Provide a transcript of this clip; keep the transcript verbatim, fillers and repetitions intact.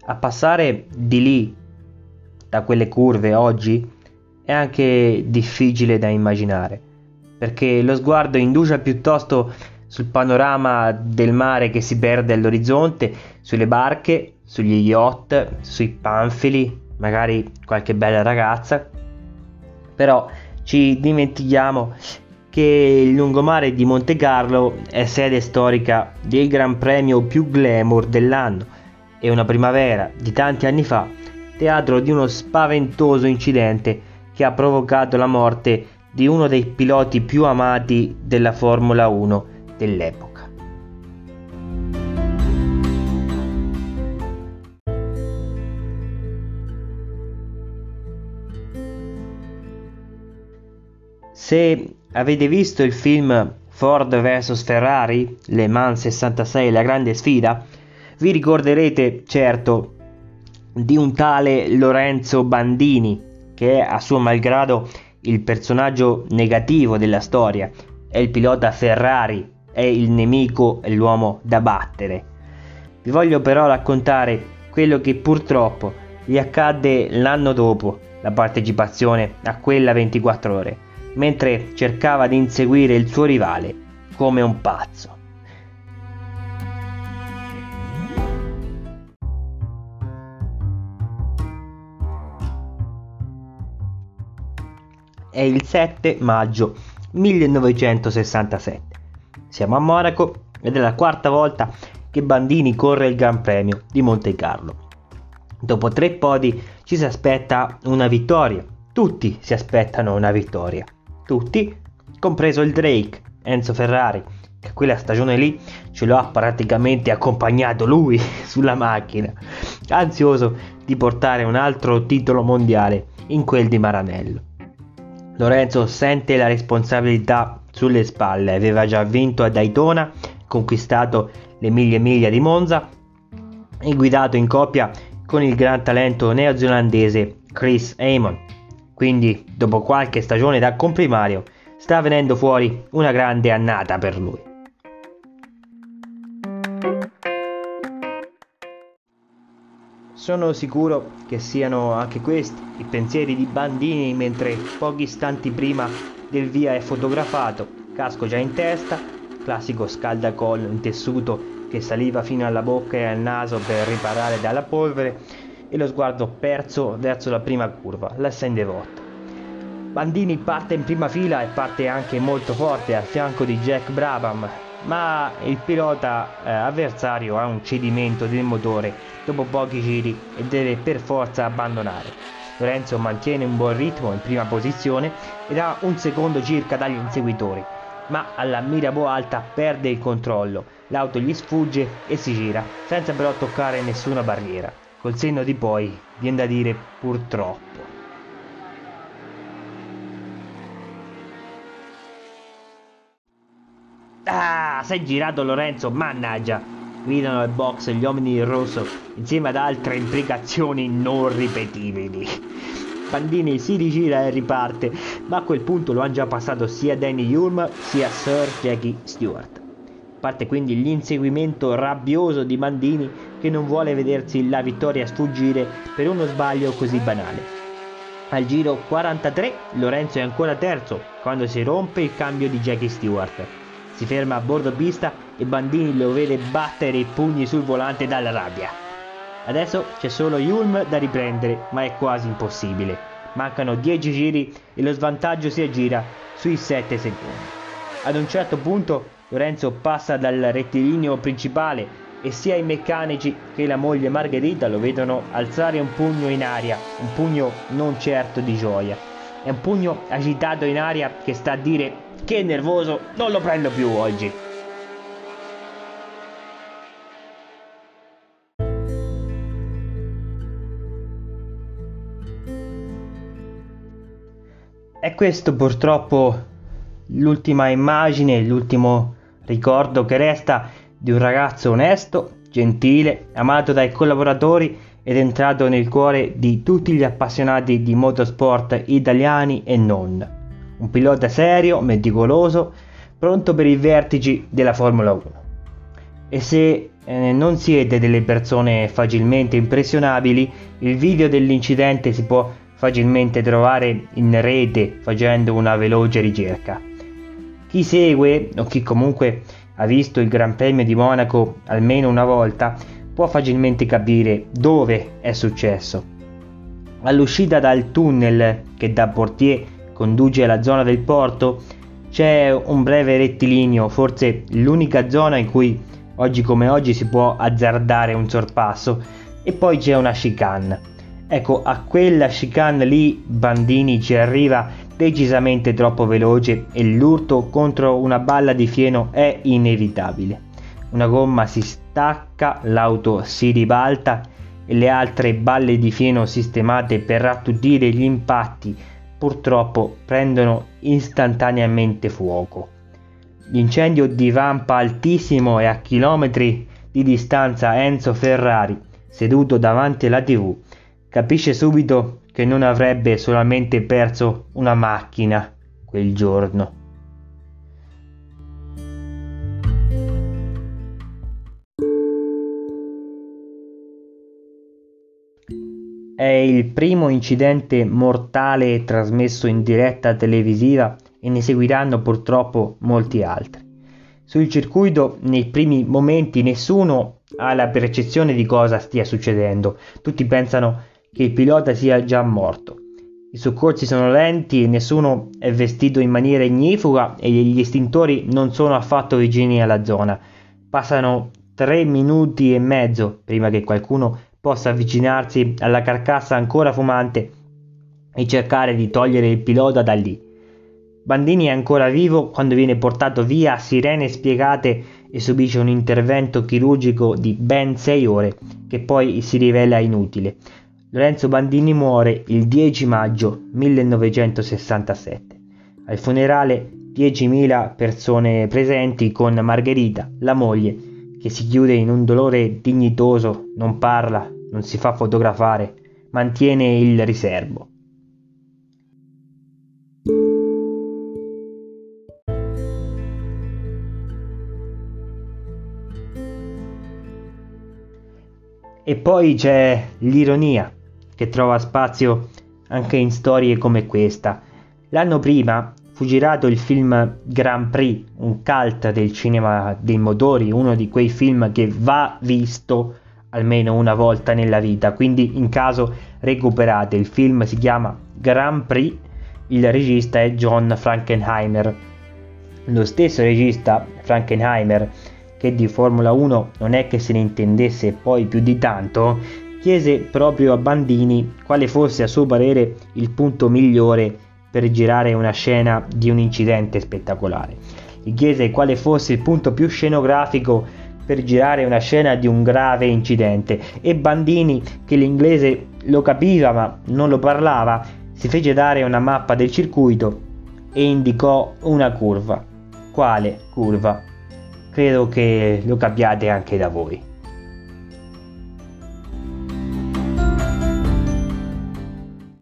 a passare di lì, da quelle curve oggi, è anche difficile da immaginare, perché lo sguardo indugia piuttosto sul panorama del mare che si perde all'orizzonte, sulle barche, sugli yacht, sui panfili, magari qualche bella ragazza. Però ci dimentichiamo che il lungomare di Montecarlo è sede storica del Gran Premio più glamour dell'anno e una primavera di tanti anni fa teatro di uno spaventoso incidente che ha provocato la morte di uno dei piloti più amati della Formula uno dell'epoca. Se avete visto il film Ford versus Ferrari, Le Mans sessantasei, la grande sfida, vi ricorderete certo di un tale Lorenzo Bandini, che è a suo malgrado il personaggio negativo della storia, è il pilota Ferrari, è il nemico e l'uomo da battere. Vi voglio però raccontare quello che purtroppo gli accadde l'anno dopo la partecipazione a quella ventiquattro ore, mentre cercava di inseguire il suo rivale come un pazzo. È il sette maggio millenovecentosessantasette. Siamo a Monaco ed è la quarta volta che Bandini corre il Gran Premio di Montecarlo. Dopo tre podi ci si aspetta una vittoria. Tutti si aspettano una vittoria. Tutti, compreso il Drake, Enzo Ferrari, che quella stagione lì ce lo ha praticamente accompagnato lui sulla macchina, ansioso di portare un altro titolo mondiale in quel di Maranello. Lorenzo sente la responsabilità sulle spalle, aveva già vinto a Daytona, conquistato le mille miglia di Monza e guidato in coppia con il gran talento neozelandese Chris Amon. Quindi, dopo qualche stagione da comprimario, sta venendo fuori una grande annata per lui. Sono sicuro che siano anche questi i pensieri di Bandini mentre pochi istanti prima del via è fotografato, casco già in testa, classico scaldacollo in tessuto che saliva fino alla bocca e al naso per riparare dalla polvere e lo sguardo perso verso la prima curva, la Sainte-Devote. Bandini parte in prima fila e parte anche molto forte al fianco di Jack Brabham, ma il pilota eh, avversario ha un cedimento del motore dopo pochi giri e deve per forza abbandonare. Lorenzo mantiene un buon ritmo in prima posizione ed ha un secondo circa dagli inseguitori, ma alla mira alta perde il controllo, l'auto gli sfugge e si gira senza però toccare nessuna barriera. Col senno di poi viene da dire purtroppo. Ah, sei girato Lorenzo, mannaggia! Gridano al box gli uomini in rosso insieme ad altre imprecazioni non ripetibili. Bandini si rigira e riparte, ma a quel punto lo hanno già passato sia Danny Hulme sia Sir Jackie Stewart. Parte quindi l'inseguimento rabbioso di Bandini che non vuole vedersi la vittoria sfuggire per uno sbaglio così banale. Al giro quarantatré Lorenzo è ancora terzo quando si rompe il cambio di Jackie Stewart. Si ferma a bordo pista e Bandini lo vede battere i pugni sul volante dalla rabbia. Adesso c'è solo Hulme da riprendere, ma è quasi impossibile. Mancano dieci giri e lo svantaggio si aggira sui sette secondi. Ad un certo punto Lorenzo passa dal rettilineo principale e sia i meccanici che la moglie Margherita lo vedono alzare un pugno in aria, un pugno non certo di gioia. È un pugno agitato in aria che sta a dire: che nervoso, non lo prendo più oggi. E questo purtroppo l'ultima immagine, l'ultimo ricordo che resta di un ragazzo onesto, gentile, amato dai collaboratori ed entrato nel cuore di tutti gli appassionati di motorsport italiani e non. Un pilota serio, meticoloso, pronto per i vertici della Formula uno. E se eh, non siete delle persone facilmente impressionabili, il video dell'incidente si può facilmente trovare in rete facendo una veloce ricerca. Chi segue o chi comunque ha visto il Gran Premio di Monaco almeno una volta può facilmente capire dove è successo. All'uscita dal tunnel che da Portier conduce alla zona del porto c'è un breve rettilineo, forse l'unica zona in cui oggi come oggi si può azzardare un sorpasso, e poi c'è una chicane. Ecco, a quella chicane lì Bandini ci arriva decisamente troppo veloce e l'urto contro una balla di fieno è inevitabile. Una gomma si stacca, l'auto si ribalta e le altre balle di fieno sistemate per attutire gli impatti purtroppo prendono istantaneamente fuoco. L'incendio divampa altissimo e a chilometri di distanza Enzo Ferrari, seduto davanti alla tivù, capisce subito che non avrebbe solamente perso una macchina quel giorno. È il primo incidente mortale trasmesso in diretta televisiva e ne seguiranno purtroppo molti altri. Sul circuito, nei primi momenti, nessuno ha la percezione di cosa stia succedendo. Tutti pensano che il pilota sia già morto. I soccorsi sono lenti e nessuno è vestito in maniera ignifuga e gli estintori non sono affatto vicini alla zona. Passano tre minuti e mezzo prima che qualcuno possa avvicinarsi alla carcassa ancora fumante e cercare di togliere il pilota da lì. Bandini è ancora vivo quando viene portato via a sirene spiegate e subisce un intervento chirurgico di ben sei ore che poi si rivela inutile. Lorenzo Bandini muore il dieci maggio millenovecentosessantasette. Al funerale diecimila persone presenti con Margherita, la moglie, che si chiude in un dolore dignitoso, non parla, non si fa fotografare, mantiene il riserbo. E poi c'è l'ironia, che trova spazio anche in storie come questa. L'anno prima fu girato il film Grand Prix, un cult del cinema dei motori, uno di quei film che va visto almeno una volta nella vita, quindi in caso recuperate. Il film si chiama Grand Prix, il regista è John Frankenheimer. Lo stesso regista, Frankenheimer, che di Formula uno non è che se ne intendesse poi più di tanto, chiese proprio a Bandini quale fosse a suo parere il punto migliore per girare una scena di un incidente spettacolare. Gli chiese quale fosse il punto più scenografico per girare una scena di un grave incidente e Bandini, che l'inglese lo capiva ma non lo parlava, si fece dare una mappa del circuito e indicò una curva. Quale curva? Credo che lo capiate anche da voi.